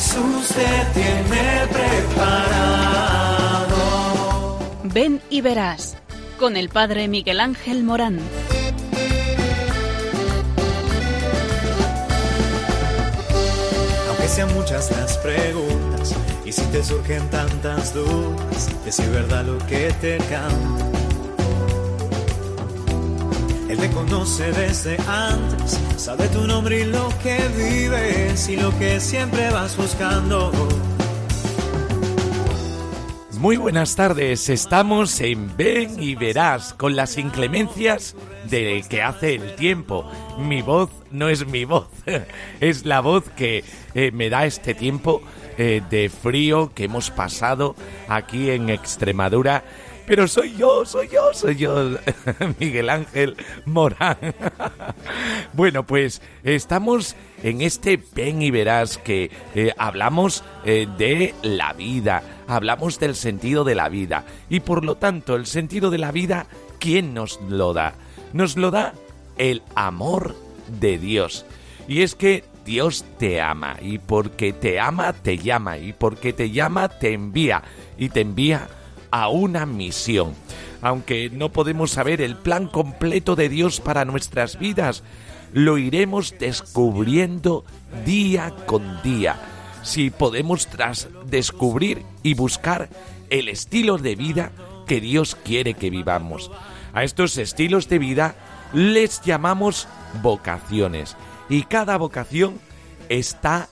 Jesús te tiene preparado. Ven y verás, con el Padre Miguel Ángel Morán. Aunque sean muchas las preguntas, y si te surgen tantas dudas, de si es verdad lo que te canto. Él te conoce desde antes, sabe tu nombre y lo que vives y lo que siempre vas buscando. Muy buenas tardes, estamos en Ven y Verás, con las inclemencias de que hace el tiempo. Mi voz no es mi voz, es la voz que me da este tiempo de frío que hemos pasado aquí en Extremadura. Pero soy yo, Miguel Ángel Morán. Bueno, pues estamos en este Ven y Verás que hablamos de la vida, hablamos del sentido de la vida. Y por lo tanto, el sentido de la vida, ¿quién nos lo da? Nos lo da el amor de Dios. Y es que Dios te ama, y porque te ama, te llama, y porque te llama, te envía, y te envía a una misión. Aunque no podemos saber el plan completo de Dios para nuestras vidas, lo iremos descubriendo día con día. Si podemos descubrir y buscar el estilo de vida que Dios quiere que vivamos. A estos estilos de vida les llamamos vocaciones, y cada vocación está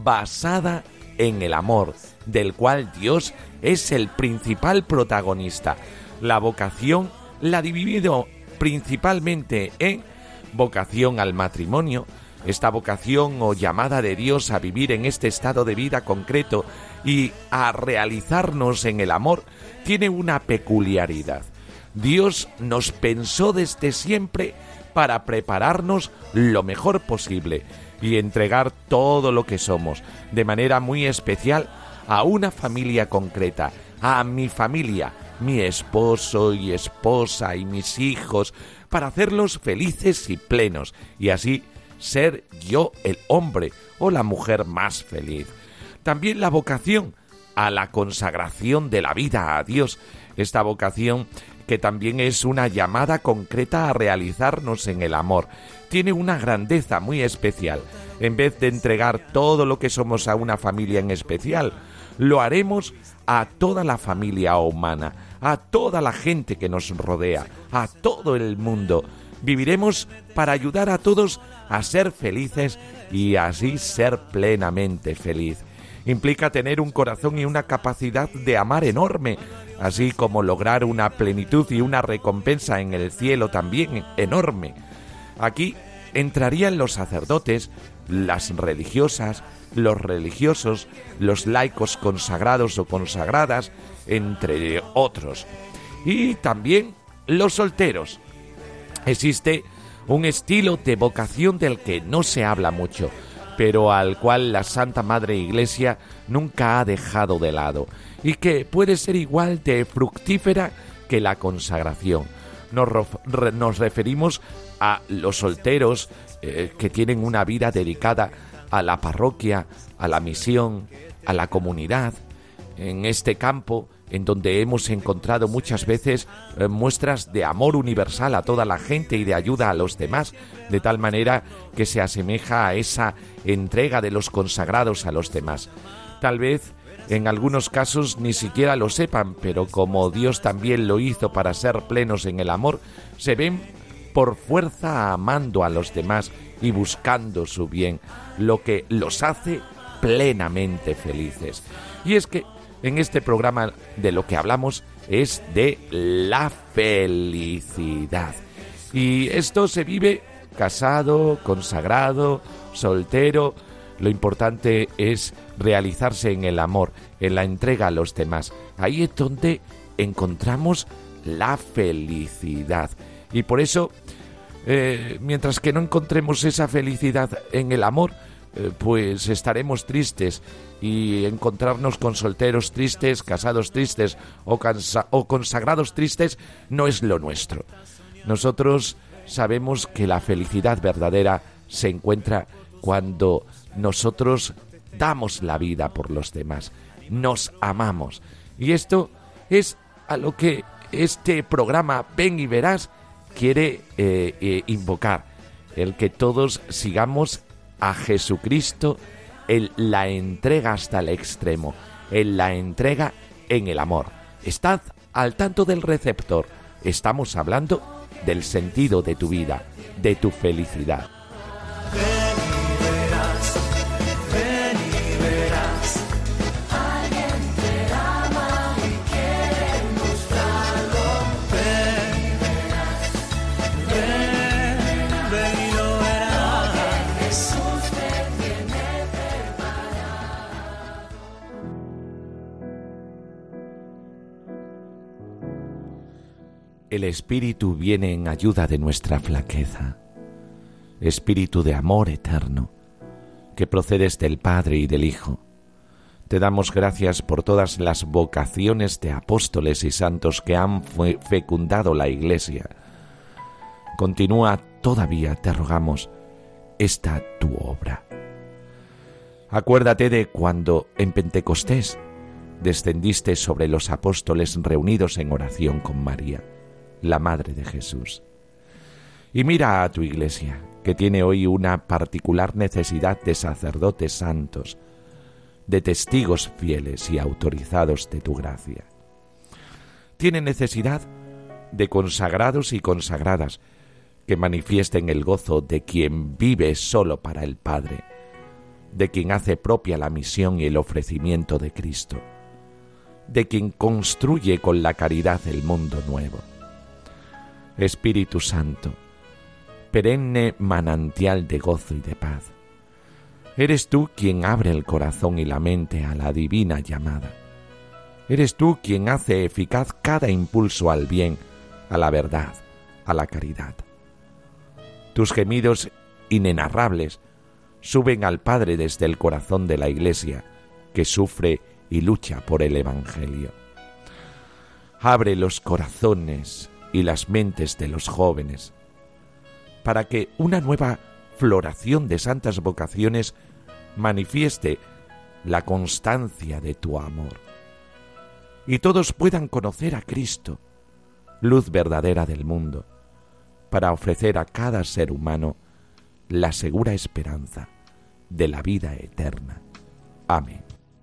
basada en el amor, del cual Dios es el principal protagonista. La vocación la ha dividido principalmente en vocación al matrimonio. Esta vocación o llamada de Dios a vivir en este estado de vida concreto y a realizarnos en el amor tiene una peculiaridad. Dios nos pensó desde siempre para prepararnos lo mejor posible y entregar todo lo que somos, de manera muy especial, a una familia concreta, a mi familia, mi esposo y esposa y mis hijos, para hacerlos felices y plenos, y así ser yo el hombre o la mujer más feliz. También la vocación a la consagración de la vida a Dios, esta vocación que también es una llamada concreta a realizarnos en el amor, tiene una grandeza muy especial. En vez de entregar todo lo que somos a una familia en especial, lo haremos a toda la familia humana, a toda la gente que nos rodea, a todo el mundo. Viviremos para ayudar a todos a ser felices y así ser plenamente feliz. Implica tener un corazón y una capacidad de amar enorme, así como lograr una plenitud y una recompensa en el cielo también enorme. Aquí entrarían los sacerdotes, las religiosas, los religiosos, los laicos consagrados o consagradas, entre otros. Y también los solteros. Existe un estilo de vocación del que no se habla mucho, pero al cual la Santa Madre Iglesia nunca ha dejado de lado, y que puede ser igual de fructífera que la consagración. Nos referimos a los solteros que tienen una vida dedicada a la parroquia, a la misión, a la comunidad. En este campo, en donde hemos encontrado muchas veces muestras de amor universal a toda la gente y de ayuda a los demás, de tal manera que se asemeja a esa entrega de los consagrados a los demás. Tal vez en algunos casos ni siquiera lo sepan, pero como Dios también lo hizo para ser plenos en el amor, se ven por fuerza amando a los demás y buscando su bien, lo que los hace plenamente felices. Y es que en este programa de lo que hablamos es de la felicidad. Y esto se vive casado, consagrado, soltero. Lo importante es realizarse en el amor, en la entrega a los demás. Ahí es donde encontramos la felicidad. Y por eso, mientras que no encontremos esa felicidad en el amor, pues estaremos tristes, y encontrarnos con solteros tristes, casados tristes o consagrados tristes no es lo nuestro. Nosotros sabemos que la felicidad verdadera se encuentra cuando nosotros damos la vida por los demás, nos amamos. Y esto es a lo que este programa Ven y Verás quiere invocar, el que todos sigamos a Jesucristo en la entrega hasta el extremo, en la entrega en el amor. Estad al tanto del receptor. Estamos hablando del sentido de tu vida, de tu felicidad. Ven y verás, ven y verás. Alguien te ama y quiere mostrarlo. Ven y lo verás. Porque Jesús te tiene preparado. El Espíritu viene en ayuda de nuestra flaqueza. Espíritu de amor eterno, que procedes del Padre y del Hijo. Te damos gracias por todas las vocaciones de apóstoles y santos que han fecundado la Iglesia. Continúa todavía, te rogamos, esta tu obra. Acuérdate de cuando en Pentecostés descendiste sobre los apóstoles reunidos en oración con María, la Madre de Jesús. Y mira a tu Iglesia, que tiene hoy una particular necesidad de sacerdotes santos, de testigos fieles y autorizados de tu gracia. Tiene necesidad de consagrados y consagradas que manifiesten el gozo de quien vive solo para el Padre, de quien hace propia la misión y el ofrecimiento de Cristo, de quien construye con la caridad el mundo nuevo. Espíritu Santo, perenne manantial de gozo y de paz, eres tú quien abre el corazón y la mente a la divina llamada. Eres tú quien hace eficaz cada impulso al bien, a la verdad, a la caridad. Tus gemidos inenarrables suben al Padre desde el corazón de la Iglesia, que sufre y lucha por el Evangelio. Abre los corazones y las mentes de los jóvenes, para que una nueva floración de santas vocaciones manifieste la constancia de tu amor, y todos puedan conocer a Cristo, luz verdadera del mundo, para ofrecer a cada ser humano la segura esperanza de la vida eterna. Amén.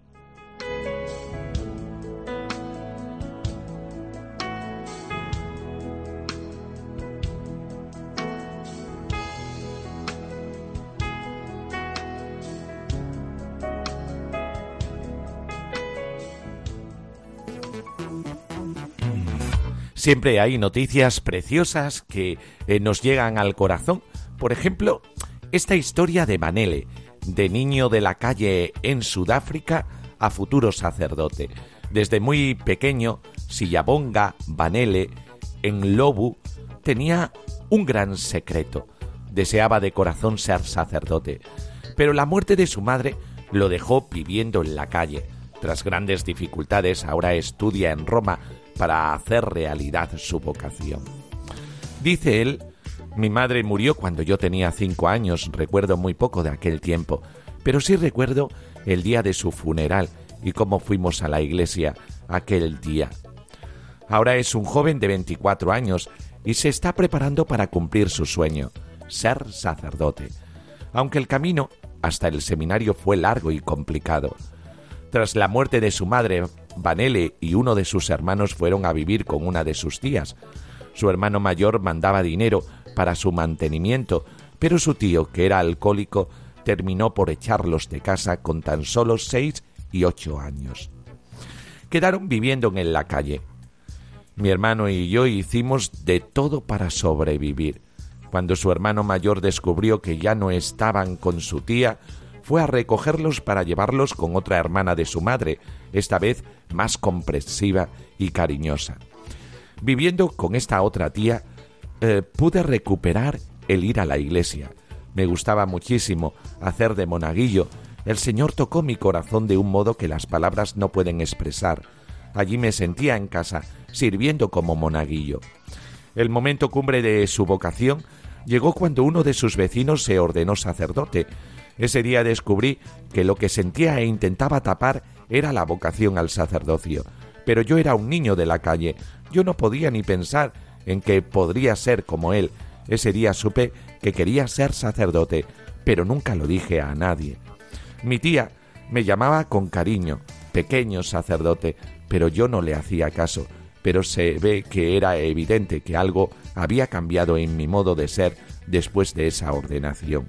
Siempre hay noticias preciosas que nos llegan al corazón. Por ejemplo, esta historia de Banele, de niño de la calle en Sudáfrica a futuro sacerdote. Desde muy pequeño, Siyabonga Banele, en Lobu, tenía un gran secreto. Deseaba de corazón ser sacerdote, pero la muerte de su madre lo dejó viviendo en la calle. Tras grandes dificultades, ahora estudia en Roma para hacer realidad su vocación. Dice él: mi madre murió cuando yo tenía 5 años, recuerdo muy poco de aquel tiempo, pero sí recuerdo el día de su funeral y cómo fuimos a la iglesia aquel día. Ahora es un joven de 24 años y se está preparando para cumplir su sueño, ser sacerdote, aunque el camino hasta el seminario fue largo y complicado. Tras la muerte de su madre, Banele y uno de sus hermanos fueron a vivir con una de sus tías. Su hermano mayor mandaba dinero para su mantenimiento, pero su tío, que era alcohólico, terminó por echarlos de casa con tan solo 6 y 8 años. Quedaron viviendo en la calle. Mi hermano y yo hicimos de todo para sobrevivir. Cuando su hermano mayor descubrió que ya no estaban con su tía, fue a recogerlos para llevarlos con otra hermana de su madre, esta vez más comprensiva y cariñosa. Viviendo con esta otra tía, pude recuperar el ir a la iglesia. Me gustaba muchísimo hacer de monaguillo. El Señor tocó mi corazón de un modo que las palabras no pueden expresar. Allí me sentía en casa, sirviendo como monaguillo. El momento cumbre de su vocación llegó cuando uno de sus vecinos se ordenó sacerdote. Ese día descubrí que lo que sentía e intentaba tapar era la vocación al sacerdocio. Pero yo era un niño de la calle. Yo no podía ni pensar en que podría ser como él. Ese día supe que quería ser sacerdote, pero nunca lo dije a nadie. Mi tía me llamaba con cariño, pequeño sacerdote, pero yo no le hacía caso. Pero se ve que era evidente que algo había cambiado en mi modo de ser después de esa ordenación.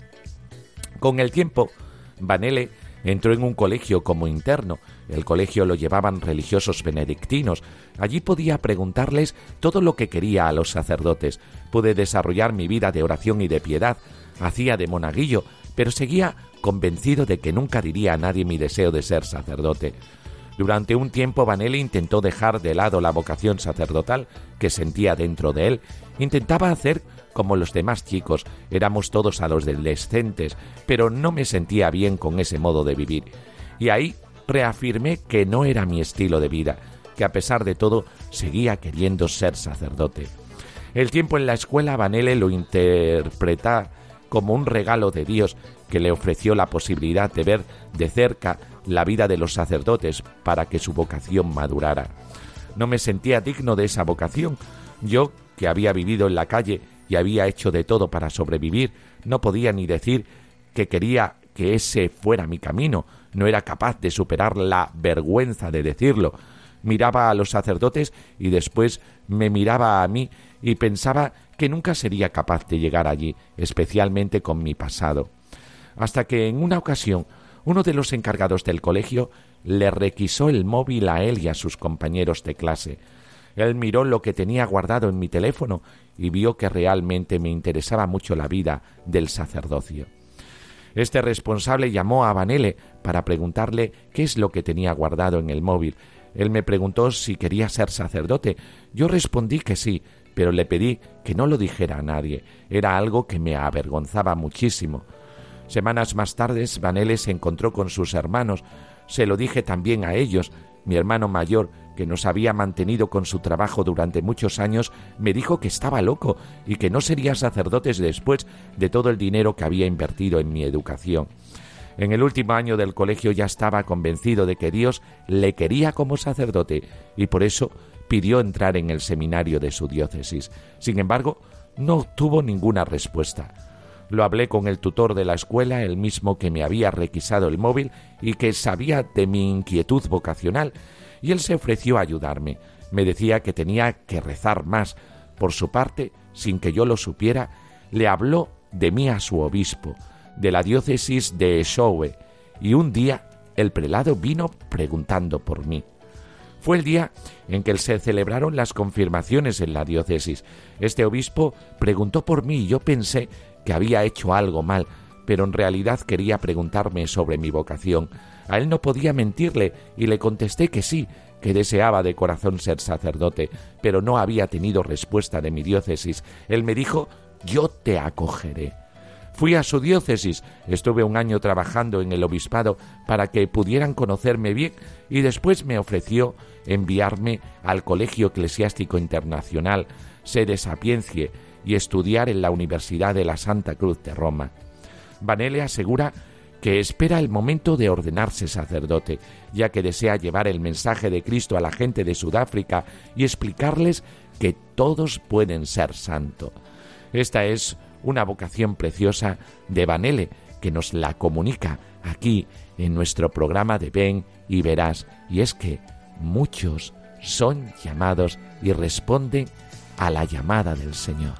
Con el tiempo, Vanele entró en un colegio como interno. El colegio lo llevaban religiosos benedictinos. Allí podía preguntarles todo lo que quería a los sacerdotes. Pude desarrollar mi vida de oración y de piedad. Hacía de monaguillo, pero seguía convencido de que nunca diría a nadie mi deseo de ser sacerdote. Durante un tiempo Vanele intentó dejar de lado la vocación sacerdotal que sentía dentro de él. Intentaba hacer como los demás chicos, éramos todos adolescentes, pero no me sentía bien con ese modo de vivir. Y ahí reafirmé que no era mi estilo de vida, que a pesar de todo seguía queriendo ser sacerdote. El tiempo en la escuela Vanele lo interpreta como un regalo de Dios que le ofreció la posibilidad de ver de cerca la vida de los sacerdotes para que su vocación madurara. No me sentía digno de esa vocación. Yo, que había vivido en la calle y había hecho de todo para sobrevivir, no podía ni decir que quería que ese fuera mi camino. No era capaz de superar la vergüenza de decirlo. Miraba a los sacerdotes y después me miraba a mí y pensaba que nunca sería capaz de llegar allí, especialmente con mi pasado. Hasta que en una ocasión uno de los encargados del colegio le requisó el móvil a él y a sus compañeros de clase. Él miró lo que tenía guardado en mi teléfono y vio que realmente me interesaba mucho la vida del sacerdocio. Este responsable llamó a Vanele para preguntarle qué es lo que tenía guardado en el móvil. Él me preguntó si quería ser sacerdote. Yo respondí que sí, pero le pedí que no lo dijera a nadie. Era algo que me avergonzaba muchísimo. Semanas más tarde, Vanele se encontró con sus hermanos. Se lo dije también a ellos. Mi hermano mayor, que nos había mantenido con su trabajo durante muchos años, me dijo que estaba loco y que no sería sacerdote después de todo el dinero que había invertido en mi educación. En el último año del colegio ya estaba convencido de que Dios le quería como sacerdote y por eso pidió entrar en el seminario de su diócesis. Sin embargo, no obtuvo ninguna respuesta. Lo hablé con el tutor de la escuela, el mismo que me había requisado el móvil y que sabía de mi inquietud vocacional, y él se ofreció a ayudarme. Me decía que tenía que rezar más. Por su parte, sin que yo lo supiera, le habló de mí a su obispo, de la diócesis de Eshowe, y un día el prelado vino preguntando por mí. Fue el día en que se celebraron las confirmaciones en la diócesis. Este obispo preguntó por mí y yo pensé que había hecho algo mal, pero en realidad quería preguntarme sobre mi vocación. A él no podía mentirle y le contesté que sí, que deseaba de corazón ser sacerdote, pero no había tenido respuesta de mi diócesis. Él me dijo: yo te acogeré. Fui a su diócesis, estuve un año trabajando en el obispado para que pudieran conocerme bien y después me ofreció enviarme al Colegio Eclesiástico Internacional, sede Sapientie, y estudiar en la Universidad de la Santa Cruz de Roma. Vanele asegura que espera el momento de ordenarse sacerdote, ya que desea llevar el mensaje de Cristo a la gente de Sudáfrica y explicarles que todos pueden ser santos. Esta es una vocación preciosa de Vanele que nos la comunica aquí en nuestro programa de Ven y Verás, y es que muchos son llamados y responden a la llamada del Señor.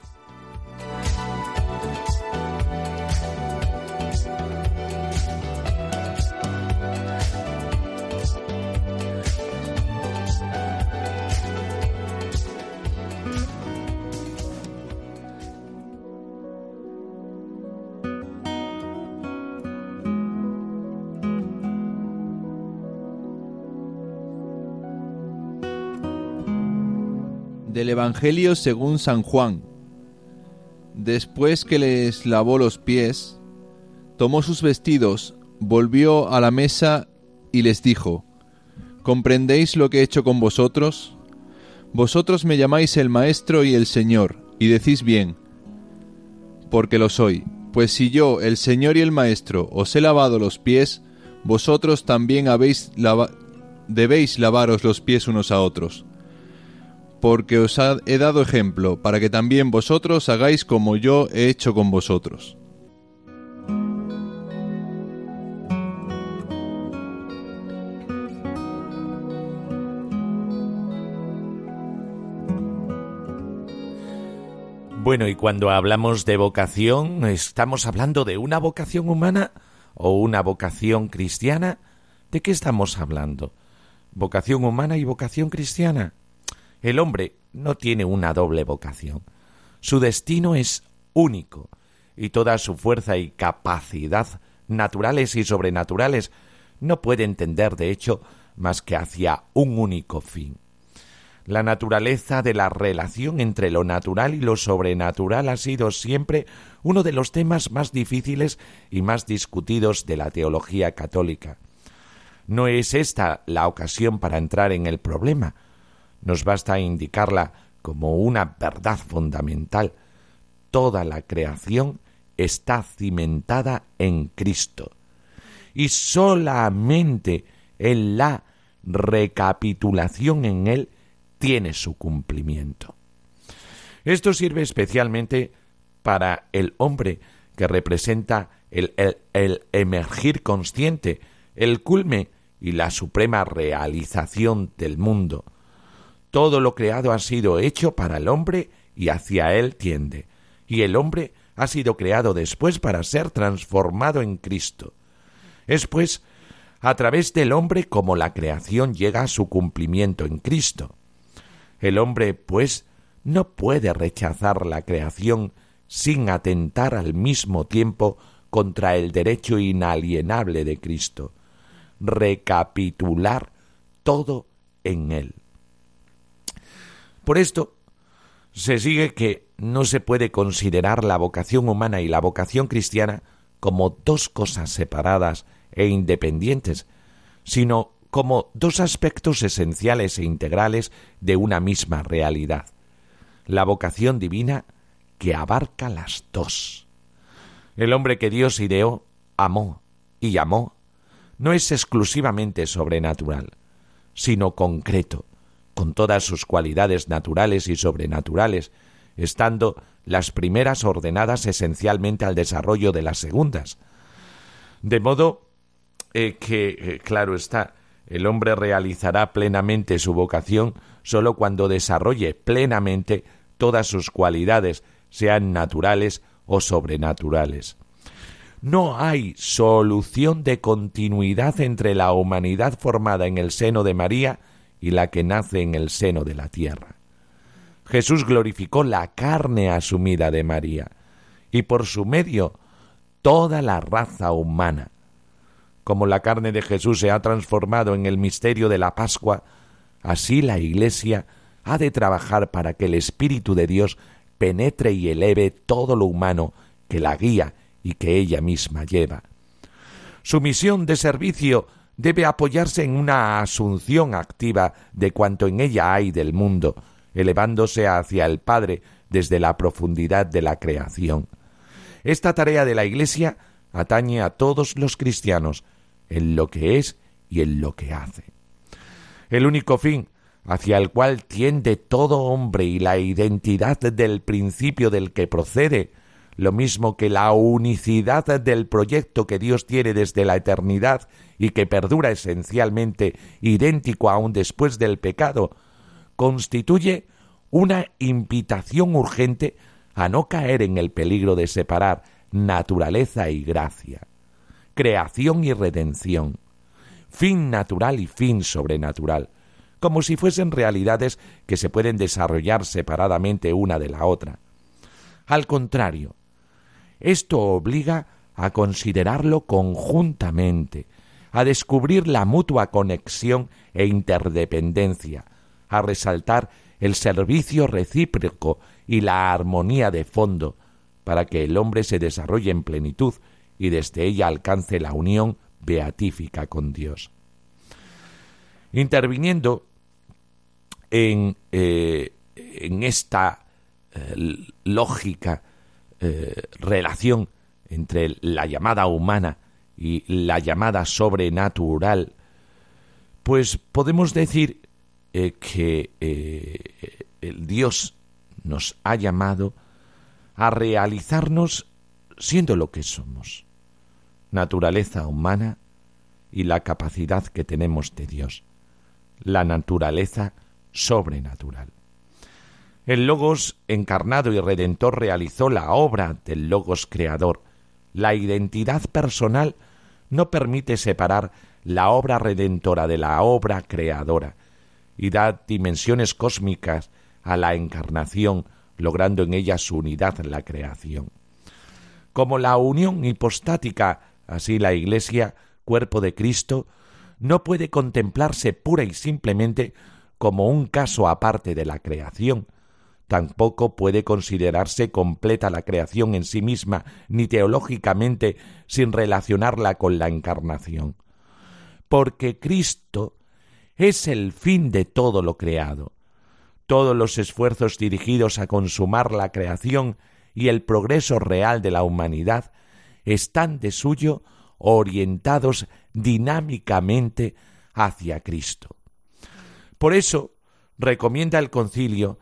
Del Evangelio según San Juan. Después que les lavó los pies, tomó sus vestidos, volvió a la mesa y les dijo: ¿comprendéis lo que he hecho con vosotros? Vosotros me llamáis el Maestro y el Señor, y decís bien, porque lo soy. Pues si yo, el Señor y el Maestro, os he lavado los pies, vosotros también debéis lavaros los pies unos a otros. Porque os he dado ejemplo, para que también vosotros hagáis como yo he hecho con vosotros. Bueno, y cuando hablamos de vocación, ¿estamos hablando de una vocación humana o una vocación cristiana? ¿De qué estamos hablando? ¿Vocación humana y vocación cristiana? El hombre no tiene una doble vocación. Su destino es único y toda su fuerza y capacidad naturales y sobrenaturales no puede tender, de hecho, más que hacia un único fin. La naturaleza de la relación entre lo natural y lo sobrenatural ha sido siempre uno de los temas más difíciles y más discutidos de la teología católica. No es esta la ocasión para entrar en el problema. Nos basta indicarla como una verdad fundamental. Toda la creación está cimentada en Cristo. Y solamente en la recapitulación en Él tiene su cumplimiento. Esto sirve especialmente para el hombre, que representa el emergir consciente, el culmen y la suprema realización del mundo. Todo lo creado ha sido hecho para el hombre y hacia él tiende, y el hombre ha sido creado después para ser transformado en Cristo. Es pues a través del hombre como la creación llega a su cumplimiento en Cristo. El hombre, pues, no puede rechazar la creación sin atentar al mismo tiempo contra el derecho inalienable de Cristo, recapitular todo en Él. Por esto, se sigue que no se puede considerar la vocación humana y la vocación cristiana como dos cosas separadas e independientes, sino como dos aspectos esenciales e integrales de una misma realidad. La vocación divina que abarca las dos. El hombre que Dios ideó, amó y llamó, no es exclusivamente sobrenatural, sino concreto, con todas sus cualidades naturales y sobrenaturales, estando las primeras ordenadas esencialmente al desarrollo de las segundas. De modo que, claro está, el hombre realizará plenamente su vocación sólo cuando desarrolle plenamente todas sus cualidades, sean naturales o sobrenaturales. No hay solución de continuidad entre la humanidad formada en el seno de María y la que nace en el seno de la tierra. Jesús glorificó la carne asumida de María, y por su medio toda la raza humana. Como la carne de Jesús se ha transformado en el misterio de la Pascua, así la Iglesia ha de trabajar para que el Espíritu de Dios penetre y eleve todo lo humano que la guía y que ella misma lleva. Su misión de servicio debe apoyarse en una asunción activa de cuanto en ella hay del mundo, elevándose hacia el Padre desde la profundidad de la creación. Esta tarea de la Iglesia atañe a todos los cristianos, en lo que es y en lo que hace. El único fin hacia el cual tiende todo hombre y la identidad del principio del que procede, lo mismo que la unicidad del proyecto que Dios tiene desde la eternidad y que perdura esencialmente idéntico aún después del pecado, constituye una invitación urgente a no caer en el peligro de separar naturaleza y gracia, creación y redención, fin natural y fin sobrenatural, como si fuesen realidades que se pueden desarrollar separadamente una de la otra. Al contrario, esto obliga a considerarlo conjuntamente, a descubrir la mutua conexión e interdependencia, a resaltar el servicio recíproco y la armonía de fondo, para que el hombre se desarrolle en plenitud y desde ella alcance la unión beatífica con Dios. Interviniendo en esta lógica relación entre la llamada humana y la llamada sobrenatural, pues podemos decir que el Dios nos ha llamado a realizarnos siendo lo que somos, naturaleza humana y la capacidad que tenemos de Dios, la naturaleza sobrenatural. El Logos encarnado y redentor realizó la obra del Logos creador. La identidad personal no permite separar la obra redentora de la obra creadora y da dimensiones cósmicas a la encarnación, logrando en ella su unidad en la creación. Como la unión hipostática, así la Iglesia, cuerpo de Cristo, no puede contemplarse pura y simplemente como un caso aparte de la creación. Tampoco puede considerarse completa la creación en sí misma, ni teológicamente, sin relacionarla con la encarnación. Porque Cristo es el fin de todo lo creado. Todos los esfuerzos dirigidos a consumar la creación y el progreso real de la humanidad están de suyo orientados dinámicamente hacia Cristo. Por eso recomienda el Concilio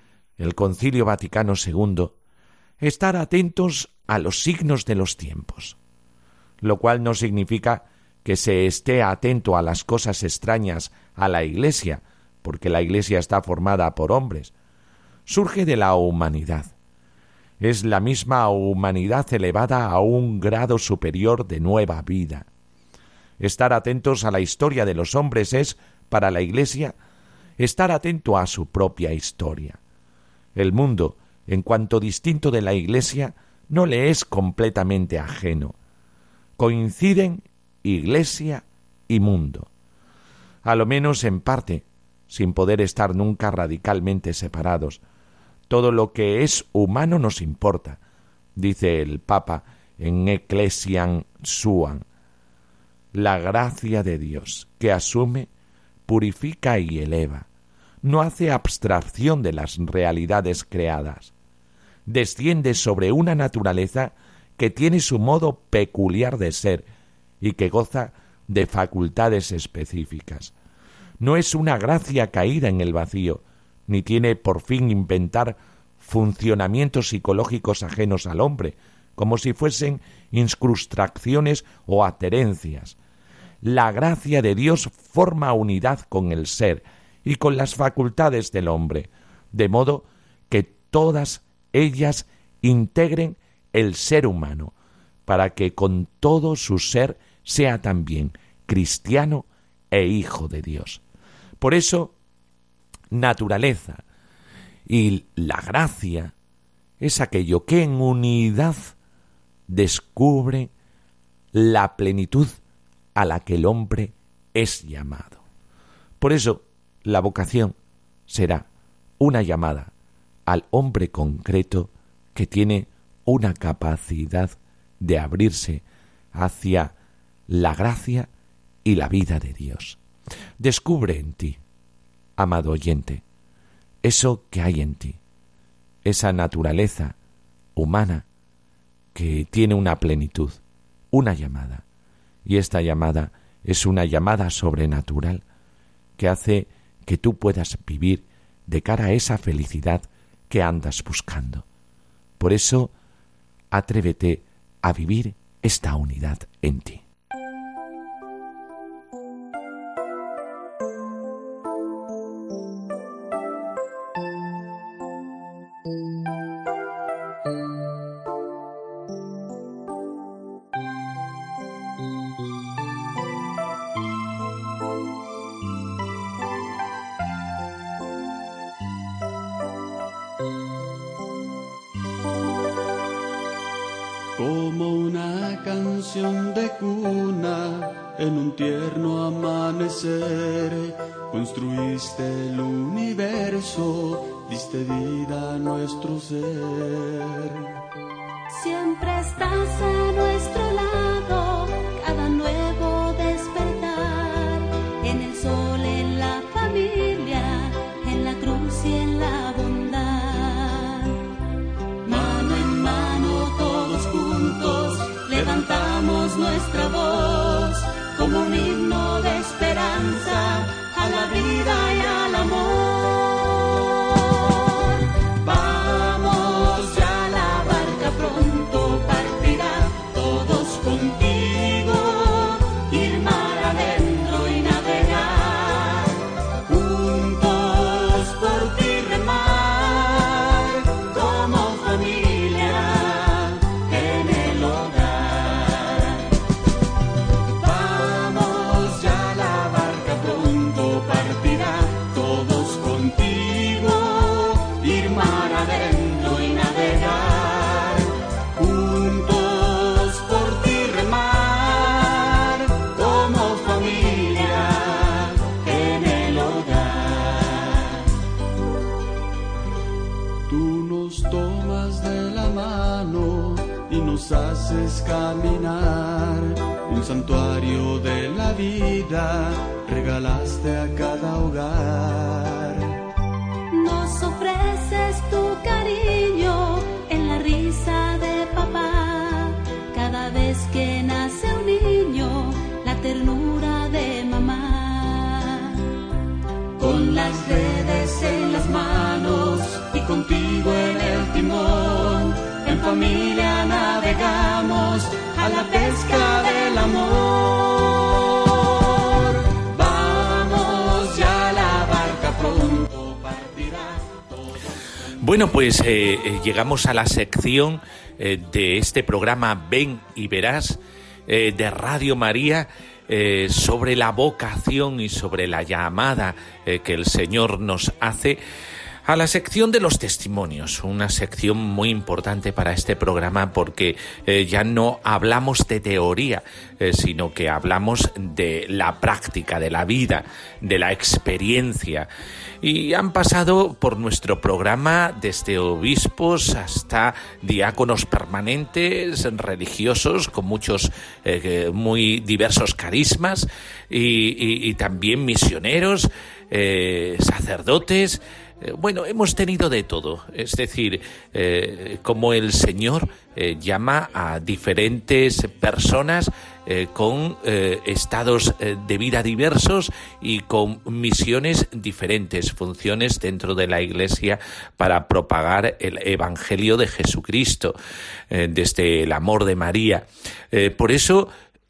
Vaticano II, estar atentos a los signos de los tiempos, lo cual no significa que se esté atento a las cosas extrañas a la Iglesia, porque la Iglesia está formada por hombres. Surge de la humanidad. Es la misma humanidad elevada a un grado superior de nueva vida. Estar atentos a la historia de los hombres es, para la Iglesia, estar atento a su propia historia. El mundo, en cuanto distinto de la Iglesia, no le es completamente ajeno. Coinciden Iglesia y mundo, a lo menos en parte, sin poder estar nunca radicalmente separados. Todo lo que es humano nos importa, dice el Papa en Ecclesiam Suam. La gracia de Dios, que asume, purifica y eleva, no hace abstracción de las realidades creadas. Desciende sobre una naturaleza que tiene su modo peculiar de ser y que goza de facultades específicas. No es una gracia caída en el vacío, ni tiene por fin inventar funcionamientos psicológicos ajenos al hombre, como si fuesen incrustaciones o adherencias. La gracia de Dios forma unidad con el ser y con las facultades del hombre, de modo que todas ellas integren el ser humano, para que con todo su ser sea también cristiano e hijo de Dios. Por eso, naturaleza y la gracia es aquello que en unidad descubre la plenitud a la que el hombre es llamado. Por eso, la vocación será una llamada al hombre concreto que tiene una capacidad de abrirse hacia la gracia y la vida de Dios. Descubre en ti, amado oyente, eso que hay en ti, esa naturaleza humana que tiene una plenitud, una llamada, y esta llamada es una llamada sobrenatural que hace que tú puedas vivir de cara a esa felicidad que andas buscando. Por eso, atrévete a vivir esta unidad en ti. Como una canción de cuna en un tierno amanecer, construiste el universo, diste vida a nuestro ser. Siempre estás a nuestro lado, cada nuevo despertar, en el sol, en la familia, en la cruz y en la bondad. Mano en mano todos juntos, como un himno de esperanza a la vida y al amor. Vamos ya, la barca pronto partirá, todos contigo, ir mar adentro y navegar, juntos por ti remar, como familia en el hogar. Vamos ya, la barca pronto partirá, todos contigo, ir mar adentro y navegar, juntos por ti remar, como familia en el hogar. Tú nos tomas de la mano y nos haces caminar, un santuario de la vida regalaste a cada hogar. Nos ofreces tu cariño en la risa de papá, cada vez que nace un niño, la ternura de mamá. Con las redes en las manos y contigo en el timón, en familia navegamos a la pesca del amor. Vamos ya, la barca pronto partirá. Bueno, pues llegamos a la sección de este programa Ven y Verás de Radio María, sobre la vocación y sobre la llamada que el Señor nos hace, a la sección de los testimonios, una sección muy importante para este programa porque ya no hablamos de teoría, sino que hablamos de la práctica, de la vida, de la experiencia. Y han pasado por nuestro programa desde obispos hasta diáconos permanentes, religiosos con muchos, muy diversos carismas, y también misioneros, sacerdotes. Bueno, hemos tenido de todo, es decir, como el Señor llama a diferentes personas con estados de vida diversos y con misiones diferentes, funciones dentro de la Iglesia para propagar el Evangelio de Jesucristo, desde el amor de María. Por eso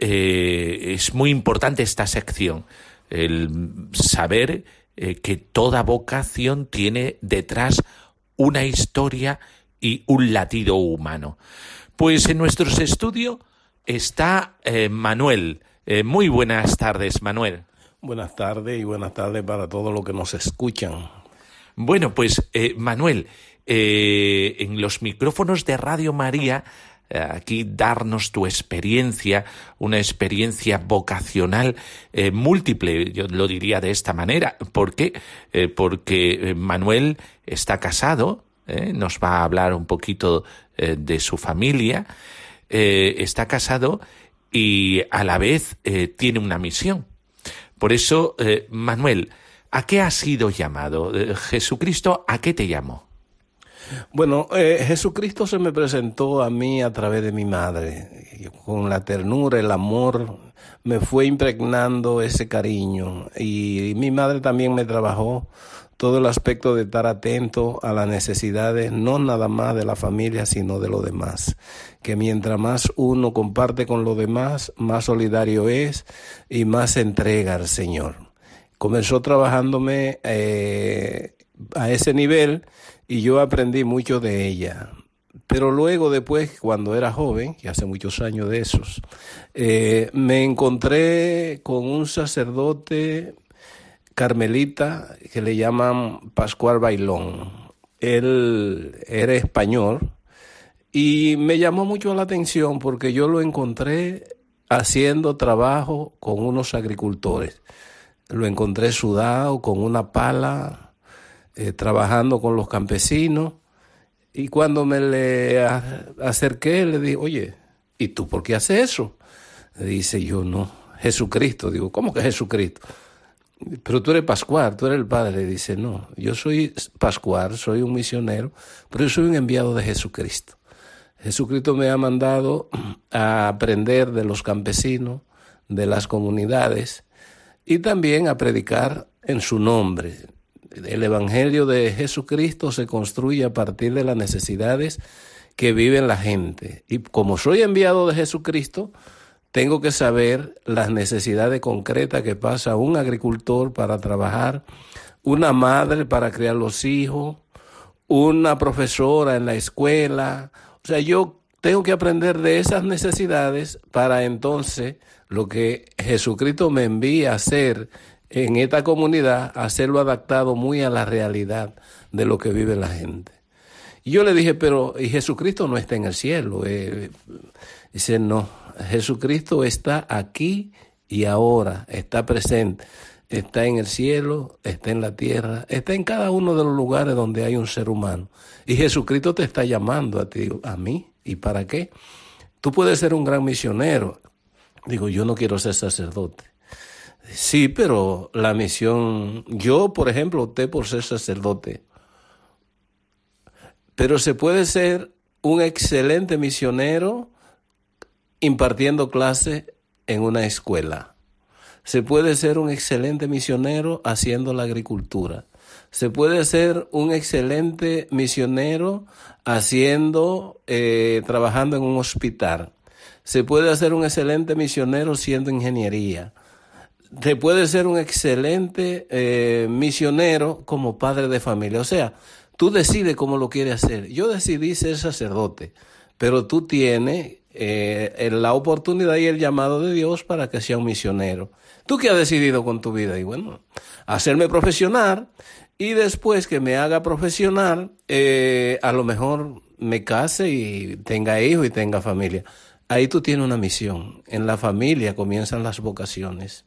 es muy importante esta sección, el saber que toda vocación tiene detrás una historia y un latido humano. Pues en nuestros estudios está Manuel. Muy buenas tardes, Manuel. Buenas tardes y buenas tardes para todos los que nos escuchan. Bueno, pues Manuel, en los micrófonos de Radio María, aquí darnos tu experiencia, una experiencia vocacional múltiple, yo lo diría de esta manera. ¿Por qué? Porque Manuel está casado, nos va a hablar un poquito de su familia, está casado y a la vez tiene una misión. Por eso, Manuel, ¿a qué has sido llamado? Jesucristo, ¿a qué te llamó? Bueno, Jesucristo se me presentó a mí a través de mi madre. Con la ternura, el amor, me fue impregnando ese cariño. Y mi madre también me trabajó todo el aspecto de estar atento a las necesidades, no nada más de la familia, sino de los demás. Que mientras más uno comparte con los demás, más solidario es y más se entrega al Señor. Comenzó trabajándome a ese nivel y yo aprendí mucho de ella. Pero luego, después, cuando era joven, que hace muchos años de esos, me encontré con un sacerdote carmelita que le llaman Pascual Bailón. Él era español y me llamó mucho la atención porque yo lo encontré haciendo trabajo con unos agricultores. Lo encontré sudado con una pala, trabajando con los campesinos, y cuando me le acerqué le dije, oye, ¿y tú por qué haces eso? Le dice, yo no, Jesucristo. Digo, ¿cómo que Jesucristo? Pero tú eres Pascual, tú eres el padre. Le dice, no, yo soy Pascual, soy un misionero, pero yo soy un enviado de Jesucristo. Jesucristo me ha mandado a aprender de los campesinos, de las comunidades y también a predicar en su nombre. El Evangelio de Jesucristo se construye a partir de las necesidades que vive la gente. Y como soy enviado de Jesucristo, tengo que saber las necesidades concretas que pasa un agricultor para trabajar, una madre para criar los hijos, una profesora en la escuela. O sea, yo tengo que aprender de esas necesidades para entonces lo que Jesucristo me envía a hacer en esta comunidad, hacerlo adaptado muy a la realidad de lo que vive la gente. Y yo le dije, pero ¿y Jesucristo no está en el cielo? Dice, no, Jesucristo está aquí y ahora, está presente. Está en el cielo, está en la tierra, está en cada uno de los lugares donde hay un ser humano. Y Jesucristo te está llamando a ti, a mí. ¿Y para qué? Tú puedes ser un gran misionero. Digo, yo no quiero ser sacerdote. Sí, pero la misión, yo, por ejemplo, opté por ser sacerdote. Pero se puede ser un excelente misionero impartiendo clases en una escuela. Se puede ser un excelente misionero haciendo la agricultura. Se puede ser un excelente misionero trabajando en un hospital. Se puede hacer un excelente misionero siendo ingeniería. Se puede ser un excelente misionero como padre de familia. O sea, tú decides cómo lo quieres hacer. Yo decidí ser sacerdote, pero tú tienes la oportunidad y el llamado de Dios para que sea un misionero. ¿Tú qué has decidido con tu vida? Y bueno, hacerme profesional y después que me haga profesional, a lo mejor me case y tenga hijos y tenga familia. Ahí tú tienes una misión. En la familia comienzan las vocaciones.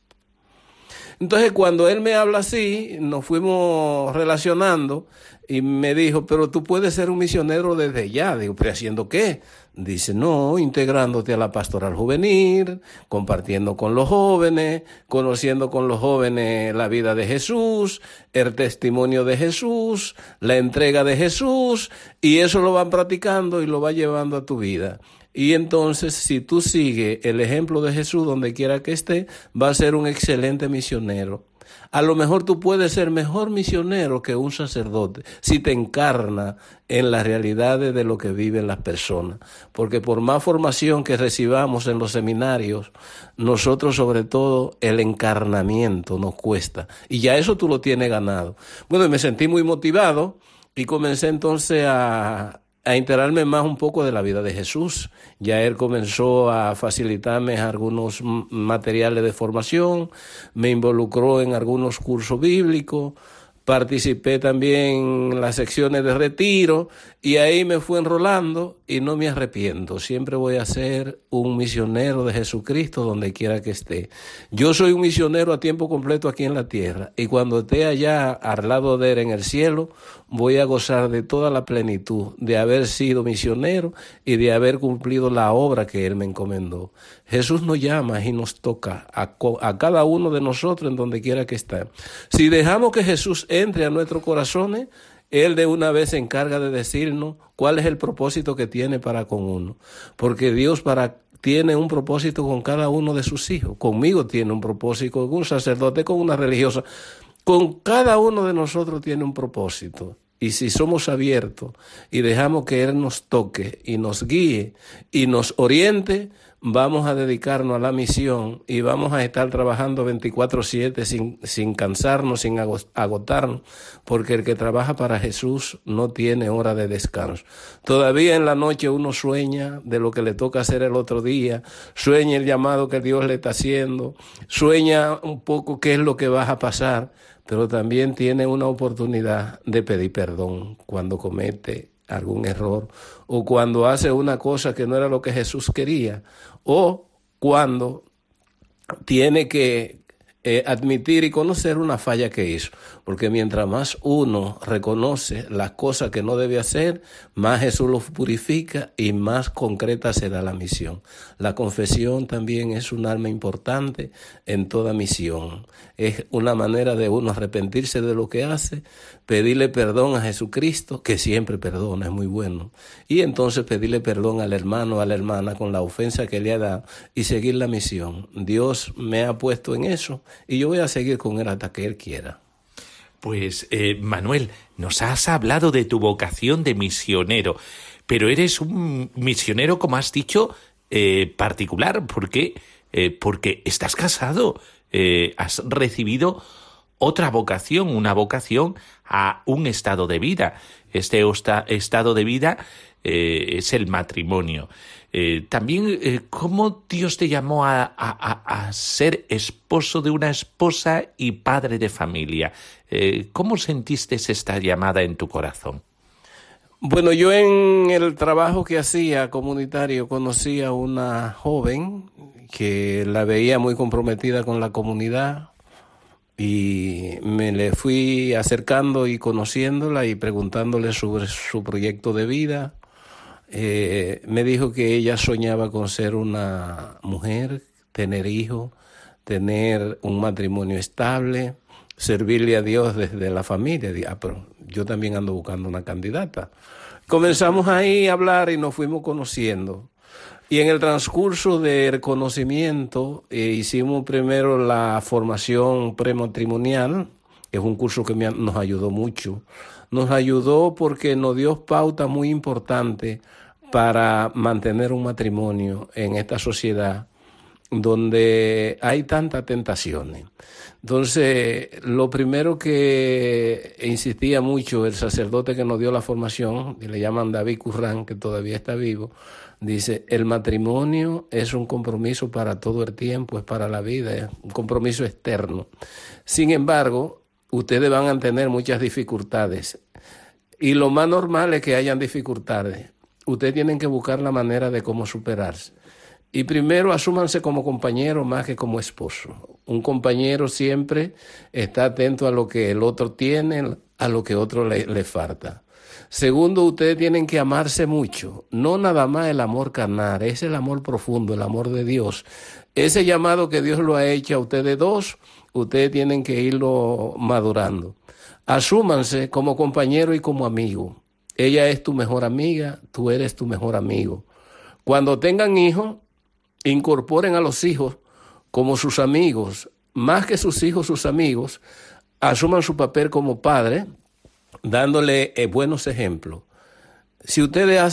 Entonces, cuando él me habla así, nos fuimos relacionando y me dijo, pero tú puedes ser un misionero desde ya. Digo, ¿pero haciendo qué? Dice, no, integrándote a la pastoral juvenil, compartiendo con los jóvenes, conociendo con los jóvenes la vida de Jesús, el testimonio de Jesús, la entrega de Jesús, y eso lo van practicando y lo va llevando a tu vida. Y entonces, si tú sigues el ejemplo de Jesús donde quiera que esté, vas a ser un excelente misionero. A lo mejor tú puedes ser mejor misionero que un sacerdote si te encarna en las realidades de lo que viven las personas. Porque por más formación que recibamos en los seminarios, nosotros sobre todo el encarnamiento nos cuesta. Y ya eso tú lo tienes ganado. Bueno, y me sentí muy motivado y comencé entonces a enterarme más un poco de la vida de Jesús. Ya él comenzó a facilitarme algunos materiales de formación, me involucró en algunos cursos bíblicos, participé también en las secciones de retiro y ahí me fui enrolando y no me arrepiento. Siempre voy a ser un misionero de Jesucristo donde quiera que esté. Yo soy un misionero a tiempo completo aquí en la tierra y cuando esté allá al lado de él en el cielo, voy a gozar de toda la plenitud de haber sido misionero y de haber cumplido la obra que él me encomendó. Jesús nos llama y nos toca a cada uno de nosotros en donde quiera que esté. Si dejamos que Jesús entre a nuestros corazones, él de una vez se encarga de decirnos cuál es el propósito que tiene para con uno. Porque Dios tiene un propósito con cada uno de sus hijos. Conmigo tiene un propósito, con un sacerdote, con una religiosa. Con cada uno de nosotros tiene un propósito. Y si somos abiertos y dejamos que Él nos toque y nos guíe y nos oriente, vamos a dedicarnos a la misión y vamos a estar trabajando 24/7 sin cansarnos, sin agotarnos, porque el que trabaja para Jesús no tiene hora de descanso. Todavía en la noche uno sueña de lo que le toca hacer el otro día, sueña el llamado que Dios le está haciendo, sueña un poco qué es lo que va a pasar, pero también tiene una oportunidad de pedir perdón cuando comete algún error o cuando hace una cosa que no era lo que Jesús quería o cuando tiene que admitir y conocer una falla que hizo, porque mientras más uno reconoce las cosas que no debe hacer, más Jesús los purifica y más concreta será la misión. La confesión también es un arma importante en toda misión. Es una manera de uno arrepentirse de lo que hace, pedirle perdón a Jesucristo, que siempre perdona, es muy bueno, y entonces pedirle perdón al hermano o a la hermana con la ofensa que le ha dado y seguir la misión. Dios me ha puesto en eso y yo voy a seguir con él hasta que él quiera. Pues, Manuel, nos has hablado de tu vocación de misionero, pero eres un misionero, como has dicho, particular. ¿Por qué? Porque estás casado, has recibido otra vocación, una vocación a un estado de vida. Este estado de vida es el matrimonio. También, ¿cómo Dios te llamó a ser esposo de una esposa y padre de familia? ¿Cómo sentiste esta llamada en tu corazón? Bueno, yo en el trabajo que hacía comunitario conocí a una joven que la veía muy comprometida con la comunidad y me le fui acercando y conociéndola y preguntándole sobre su proyecto de vida. Me dijo que ella soñaba con ser una mujer, tener hijos, tener un matrimonio estable, servirle a Dios desde la familia. Dije, pero yo también ando buscando una candidata. Comenzamos ahí a hablar y nos fuimos conociendo. Y en el transcurso del conocimiento hicimos primero la formación prematrimonial, que es un curso que nos ayudó mucho. Nos ayudó porque nos dio pauta muy importante para mantener un matrimonio en esta sociedad donde hay tantas tentaciones. Entonces, lo primero que insistía mucho el sacerdote que nos dio la formación, que le llaman David Currán, que todavía está vivo, dice, el matrimonio es un compromiso para todo el tiempo, es para la vida, es un compromiso externo. Sin embargo, ustedes van a tener muchas dificultades y lo más normal es que hayan dificultades. Ustedes tienen que buscar la manera de cómo superarse. Y primero asúmanse como compañero más que como esposo. Un compañero siempre está atento a lo que el otro tiene, a lo que otro le falta. Segundo, ustedes tienen que amarse mucho. No nada más el amor carnal, es el amor profundo, el amor de Dios. Ese llamado que Dios lo ha hecho a ustedes dos, ustedes tienen que irlo madurando. Asúmanse como compañero y como amigo. Ella es tu mejor amiga, tú eres tu mejor amigo. Cuando tengan hijos, incorporen a los hijos como sus amigos, más que sus hijos, sus amigos, asuman su papel como padre, dándole buenos ejemplos. Si ustedes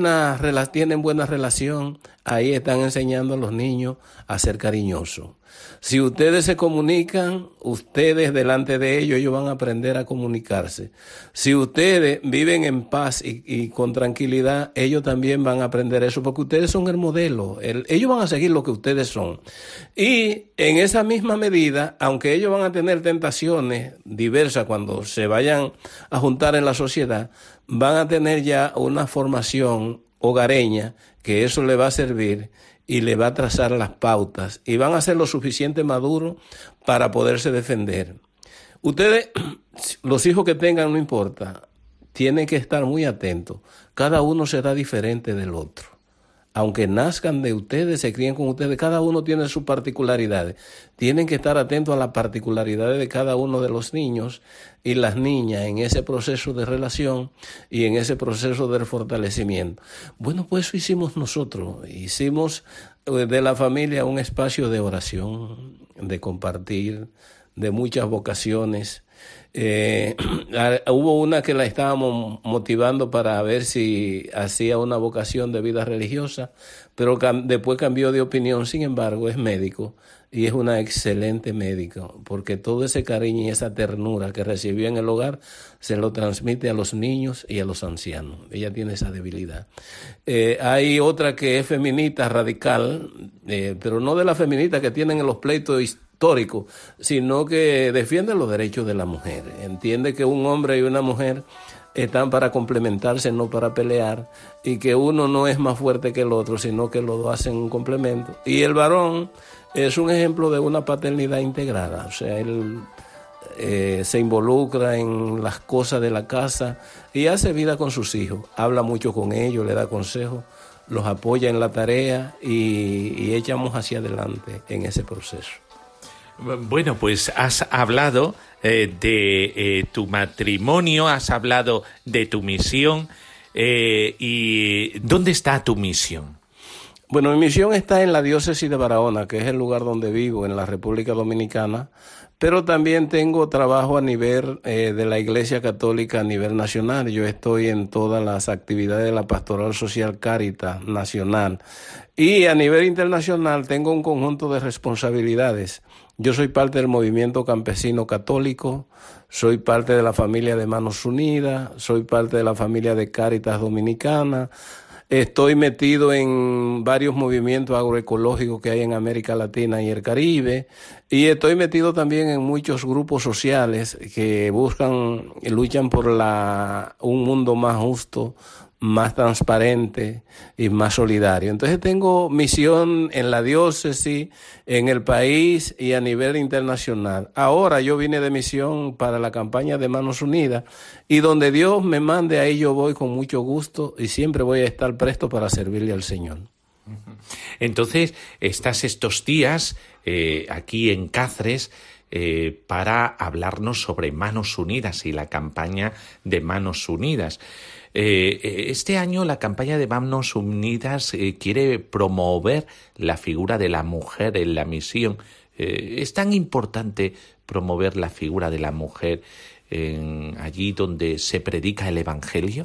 tienen buena relación, ahí están enseñando a los niños a ser cariñosos. Si ustedes se comunican, ustedes delante de ellos van a aprender a comunicarse. Si ustedes viven en paz y con tranquilidad, ellos también van a aprender eso, porque ustedes son el modelo. Ellos van a seguir lo que ustedes son. Y en esa misma medida, aunque ellos van a tener tentaciones diversas cuando se vayan a juntar en la sociedad, van a tener ya una formación hogareña que eso le va a servir y le va a trazar las pautas y van a ser lo suficiente maduros para poderse defender. Ustedes, los hijos que tengan, no importa, tienen que estar muy atentos. Cada uno será diferente del otro. Aunque nazcan de ustedes, se críen con ustedes, cada uno tiene sus particularidades. Tienen que estar atentos a las particularidades de cada uno de los niños y las niñas en ese proceso de relación y en ese proceso de fortalecimiento. Bueno, pues eso hicimos nosotros. Hicimos de la familia un espacio de oración, de compartir, de muchas vocaciones. Hubo una que la estábamos motivando para ver si hacía una vocación de vida religiosa, pero después cambió de opinión. Sin embargo, es médico y es una excelente médica, porque todo ese cariño y esa ternura que recibió en el hogar se lo transmite a los niños y a los ancianos. Ella tiene esa debilidad. Hay otra que es feminista radical, pero no de las feministas que tienen en los pleitos histórico, sino que defiende los derechos de la mujer. Entiende que un hombre y una mujer están para complementarse, no para pelear, y que uno no es más fuerte que el otro, sino que los dos hacen un complemento. Y el varón es un ejemplo de una paternidad integrada. O sea, él se involucra en las cosas de la casa y hace vida con sus hijos. Habla mucho con ellos, le da consejos, los apoya en la tarea y echamos hacia adelante en ese proceso. Bueno, pues has hablado de tu matrimonio, has hablado de tu misión. ¿Y dónde está tu misión? Bueno, mi misión está en la diócesis de Barahona, que es el lugar donde vivo, en la República Dominicana, pero también tengo trabajo a nivel de la Iglesia Católica a nivel nacional. Yo estoy en todas las actividades de la Pastoral Social Cáritas Nacional y a nivel internacional tengo un conjunto de responsabilidades. Yo soy parte del movimiento campesino católico, soy parte de la familia de Manos Unidas, soy parte de la familia de Cáritas Dominicana. Estoy metido en varios movimientos agroecológicos que hay en América Latina y el Caribe, y estoy metido también en muchos grupos sociales que buscan y luchan por un mundo más justo, más transparente y más solidario. Entonces tengo misión en la diócesis, en el país y a nivel internacional. Ahora yo vine de misión para la campaña de Manos Unidas y donde Dios me mande, ahí yo voy con mucho gusto y siempre voy a estar presto para servirle al Señor. Entonces, estás estos días aquí en Cáceres para hablarnos sobre Manos Unidas y la campaña de Manos Unidas. Este año la campaña de Manos Unidas quiere promover la figura de la mujer en la misión. ¿Es tan importante promover la figura de la mujer allí donde se predica el Evangelio?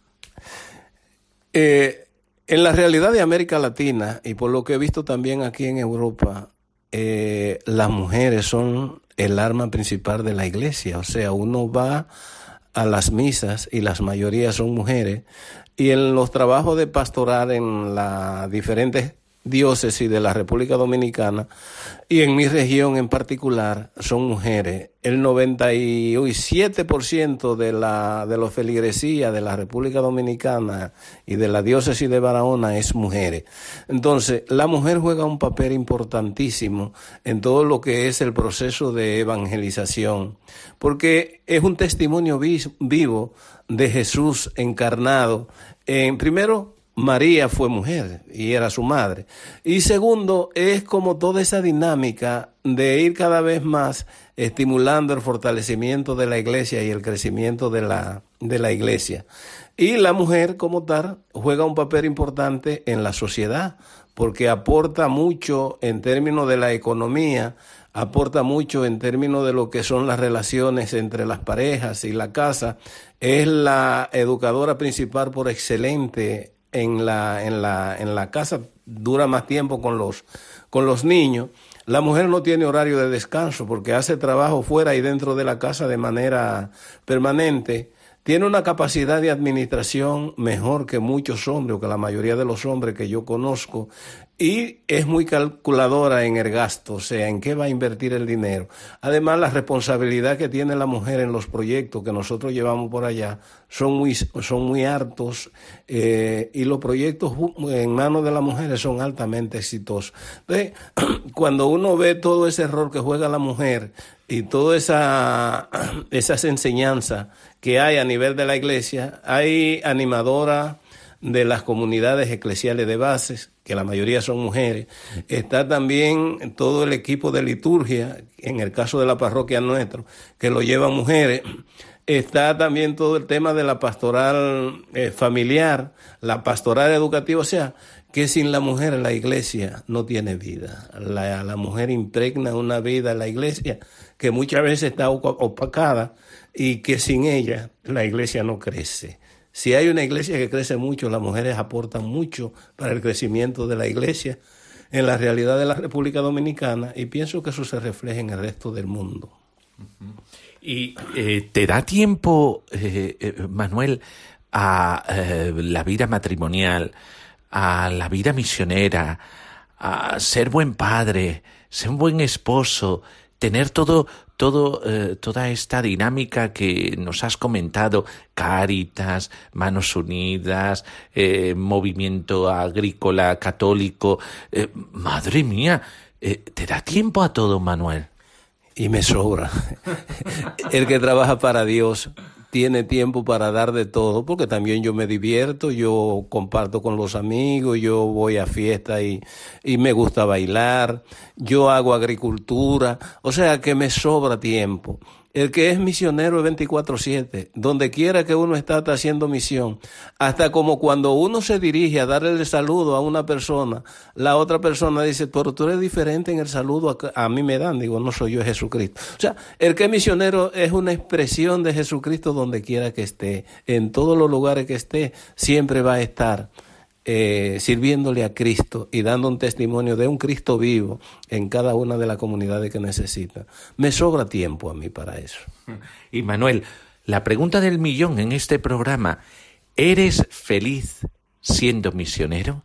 En la realidad de América Latina y por lo que he visto también aquí en Europa, las mujeres son el arma principal de la iglesia. O sea, uno va a las misas y la mayoría son mujeres, y en los trabajos de pastoral en las diferentes diócesis de la República Dominicana y en mi región en particular son mujeres. El 97% de los feligresías de la República Dominicana y de la diócesis de Barahona es mujeres. Entonces, la mujer juega un papel importantísimo en todo lo que es el proceso de evangelización, porque es un testimonio vivo de Jesús encarnado. Primero, María fue mujer y era su madre. Y segundo, es como toda esa dinámica de ir cada vez más estimulando el fortalecimiento de la iglesia y el crecimiento de la iglesia. Y la mujer como tal juega un papel importante en la sociedad porque aporta mucho en términos de la economía, aporta mucho en términos de lo que son las relaciones entre las parejas y la casa. Es la educadora principal por excelente en la casa, dura más tiempo con los niños. La mujer no tiene horario de descanso porque hace trabajo fuera y dentro de la casa de manera permanente. Tiene una capacidad de administración mejor que muchos hombres, o que la mayoría de los hombres que yo conozco, y es muy calculadora en el gasto, o sea, en qué va a invertir el dinero. Además, la responsabilidad que tiene la mujer en los proyectos que nosotros llevamos por allá son muy hartos, y los proyectos en manos de las mujeres son altamente exitosos. Entonces, cuando uno ve todo ese rol que juega la mujer y todas esas enseñanzas que hay a nivel de la iglesia, hay animadoras de las comunidades eclesiales de bases, que la mayoría son mujeres. Está también todo el equipo de liturgia, en el caso de la parroquia nuestra, que lo llevan mujeres. Está también todo el tema de la pastoral familiar, la pastoral educativa, o sea, que sin la mujer la iglesia no tiene vida. La mujer impregna una vida en la iglesia que muchas veces está opacada y que sin ella la iglesia no crece. Si hay una iglesia que crece mucho, las mujeres aportan mucho para el crecimiento de la iglesia en la realidad de la República Dominicana, y pienso que eso se refleja en el resto del mundo. ¿Y te da tiempo, Manuel, a la vida matrimonial, a la vida misionera, a ser buen padre, ser un buen esposo, tener toda esta dinámica que nos has comentado, Cáritas, Manos Unidas, movimiento agrícola católico? Madre mía, ¿Te da tiempo a todo, Manuel? Y me sobra. El que trabaja para Dios tiene tiempo para dar de todo, porque también yo me divierto, yo comparto con los amigos, yo voy a fiestas y me gusta bailar, yo hago agricultura, o sea que me sobra tiempo. El que es misionero es 24/7, donde quiera que uno está haciendo misión, hasta como cuando uno se dirige a darle el saludo a una persona, la otra persona dice, pero tú eres diferente en el saludo a mí me dan, digo, no soy yo, es Jesucristo. O sea, el que es misionero es una expresión de Jesucristo donde quiera que esté, en todos los lugares que esté, siempre va a estar sirviéndole a Cristo y dando un testimonio de un Cristo vivo en cada una de las comunidades que necesita. Me sobra tiempo a mí para eso. Y Manuel, la pregunta del millón en este programa, ¿eres feliz siendo misionero?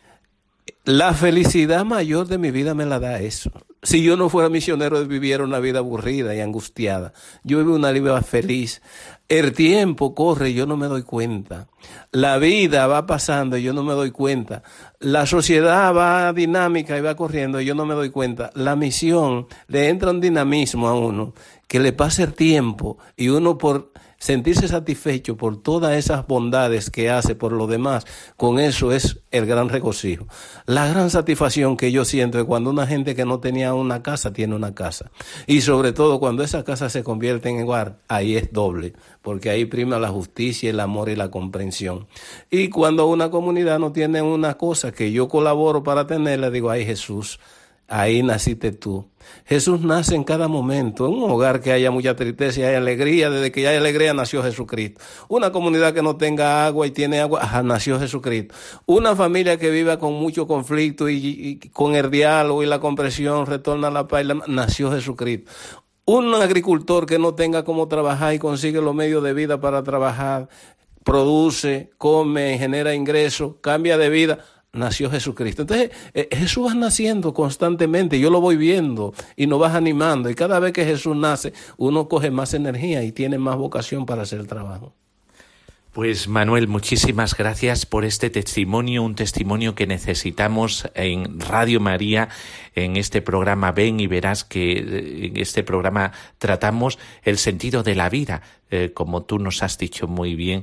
La felicidad mayor de mi vida me la da eso. Si yo no fuera misionero, viviera una vida aburrida y angustiada. Yo vivo una vida feliz. El tiempo corre y yo no me doy cuenta. La vida va pasando y yo no me doy cuenta. La sociedad va dinámica y va corriendo y yo no me doy cuenta. La misión le entra un dinamismo a uno, que le pasa el tiempo y uno por sentirse satisfecho por todas esas bondades que hace por los demás, con eso es el gran regocijo. La gran satisfacción que yo siento es cuando una gente que no tenía una casa tiene una casa. Y sobre todo cuando esa casa se convierte en hogar, ahí es doble, porque ahí prima la justicia, el amor y la comprensión. Y cuando una comunidad no tiene una cosa que yo colaboro para tenerla, digo, ay Jesús, ahí naciste tú. Jesús nace en cada momento. En un hogar que haya mucha tristeza y haya alegría, desde que hay alegría nació Jesucristo. Una comunidad que no tenga agua y tiene agua, nació Jesucristo. Una familia que viva con mucho conflicto y con el diálogo y la comprensión retorna a la paz, nació Jesucristo. Un agricultor que no tenga cómo trabajar y consigue los medios de vida para trabajar, produce, come, genera ingresos, cambia de vida, nació Jesucristo. Entonces Jesús va naciendo constantemente, yo lo voy viendo y nos vas animando, y cada vez que Jesús nace uno coge más energía y tiene más vocación para hacer el trabajo. Pues Manuel, muchísimas gracias por este testimonio, un testimonio que necesitamos en Radio María, en este programa Ven y Verás, que en este programa tratamos el sentido de la vida, como tú nos has dicho muy bien,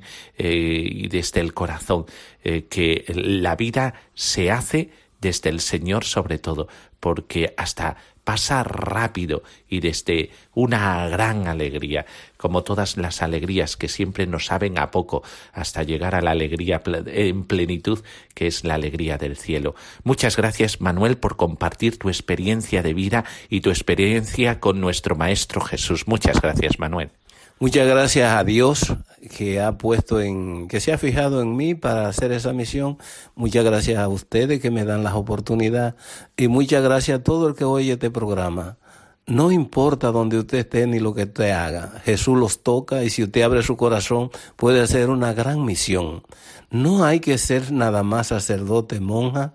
y desde el corazón, que la vida se hace desde el Señor sobre todo, porque hasta pasa rápido y desde una gran alegría, como todas las alegrías que siempre nos saben a poco, hasta llegar a la alegría en plenitud, que es la alegría del cielo. Muchas gracias, Manuel, por compartir tu experiencia de vida y tu experiencia con nuestro Maestro Jesús. Muchas gracias, Manuel. Muchas gracias a Dios que se ha fijado en mí para hacer esa misión. Muchas gracias a ustedes que me dan las oportunidades y muchas gracias a todo el que oye este programa. No importa dónde usted esté ni lo que usted haga, Jesús los toca y si usted abre su corazón puede hacer una gran misión. No hay que ser nada más sacerdote, monja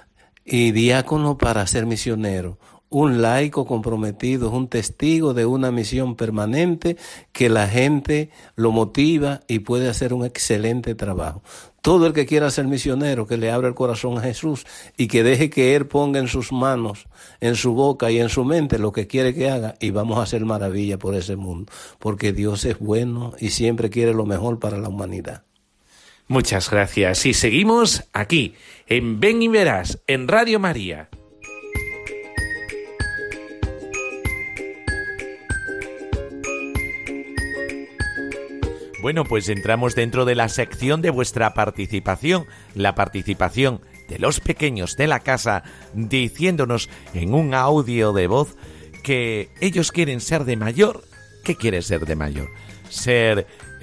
y diácono para ser misionero. Un laico comprometido es un testigo de una misión permanente que la gente lo motiva y puede hacer un excelente trabajo. Todo el que quiera ser misionero, que le abra el corazón a Jesús y que deje que Él ponga en sus manos, en su boca y en su mente lo que quiere que haga, y vamos a hacer maravilla por ese mundo, porque Dios es bueno y siempre quiere lo mejor para la humanidad. Muchas gracias. Y seguimos aquí, en Ven y Verás, en Radio María. Bueno, pues entramos dentro de la sección de vuestra participación, la participación de los pequeños de la casa, diciéndonos en un audio de voz que ellos quieren ser de mayor. ¿Qué quieres ser de mayor? ¿Ser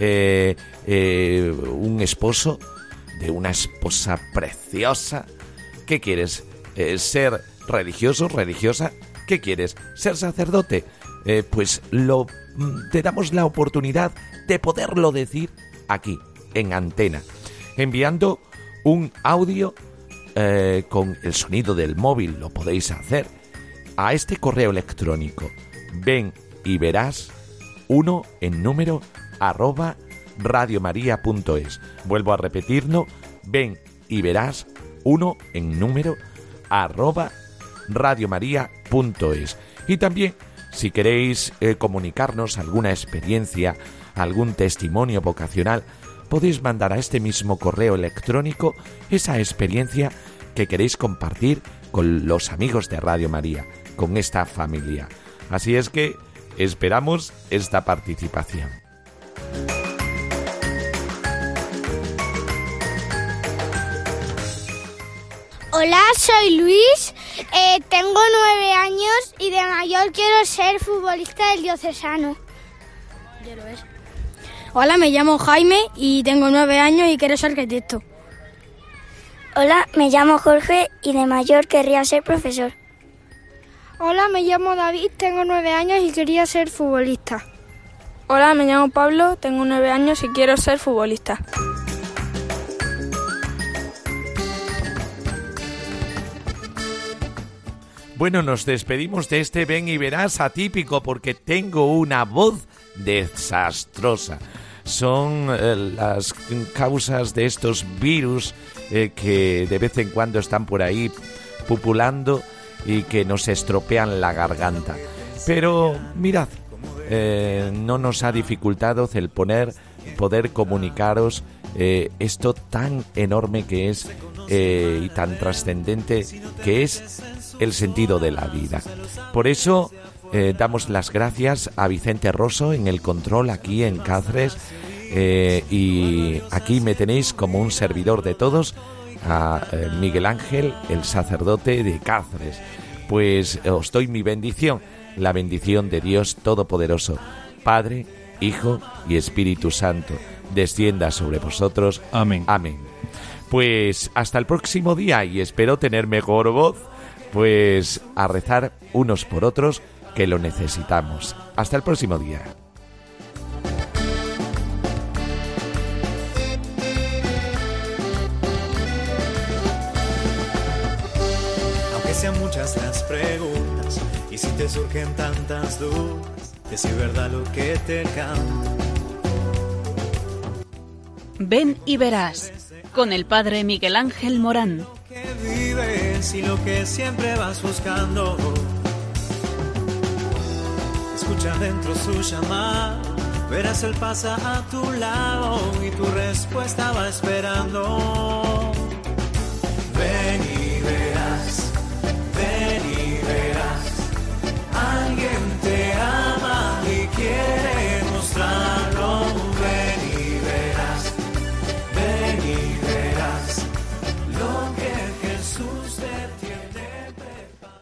un esposo de una esposa preciosa? ¿Qué quieres? ¿Ser religioso, religiosa? ¿Qué quieres? ¿Ser sacerdote? Pues te damos la oportunidad de poderlo decir aquí, en antena, enviando un audio con el sonido del móvil, lo podéis hacer, a este correo electrónico, ven y verás 1 en número @radiomaria.es. Vuelvo a repetirlo, ven y verás 1 en número @radiomaria.es. Y también, si queréis comunicarnos alguna experiencia, algún testimonio vocacional, podéis mandar a este mismo correo electrónico esa experiencia que queréis compartir con los amigos de Radio María, con esta familia. Así es que esperamos esta participación. Hola, soy Luis, tengo 9 años y de mayor quiero ser futbolista del Diocesano. Ya lo es. Hola, me llamo Jaime y tengo 9 años y quiero ser arquitecto. Hola, me llamo Jorge y de mayor querría ser profesor. Hola, me llamo David, tengo 9 años y quería ser futbolista. Hola, me llamo Pablo, tengo 9 años y quiero ser futbolista. Bueno, nos despedimos de este Ven y Verás atípico porque tengo una voz desastrosa. Son las causas de estos virus que de vez en cuando están por ahí pupulando y que nos estropean la garganta. Pero mirad, no nos ha dificultado el poder comunicaros esto tan enorme que es y tan trascendente que es el sentido de la vida. Por eso damos las gracias a Vicente Rosso en el control aquí en Cáceres, y aquí me tenéis como un servidor de todos, a Miguel Ángel, el sacerdote de Cáceres. Pues os doy mi bendición, la bendición de Dios Todopoderoso, Padre, Hijo y Espíritu Santo, descienda sobre vosotros. Amén. Amén. Pues hasta el próximo día y espero tener mejor voz, pues a rezar unos por otros que lo necesitamos. Hasta el próximo día. Aunque sean muchas las preguntas y si te surgen tantas dudas, es si es verdad lo que te canto. Ven y verás, con el padre Miguel Ángel Morán. Que vives y lo que siempre vas buscando. Escucha dentro su llamada, verás él pasa a tu lado y tu respuesta va esperando.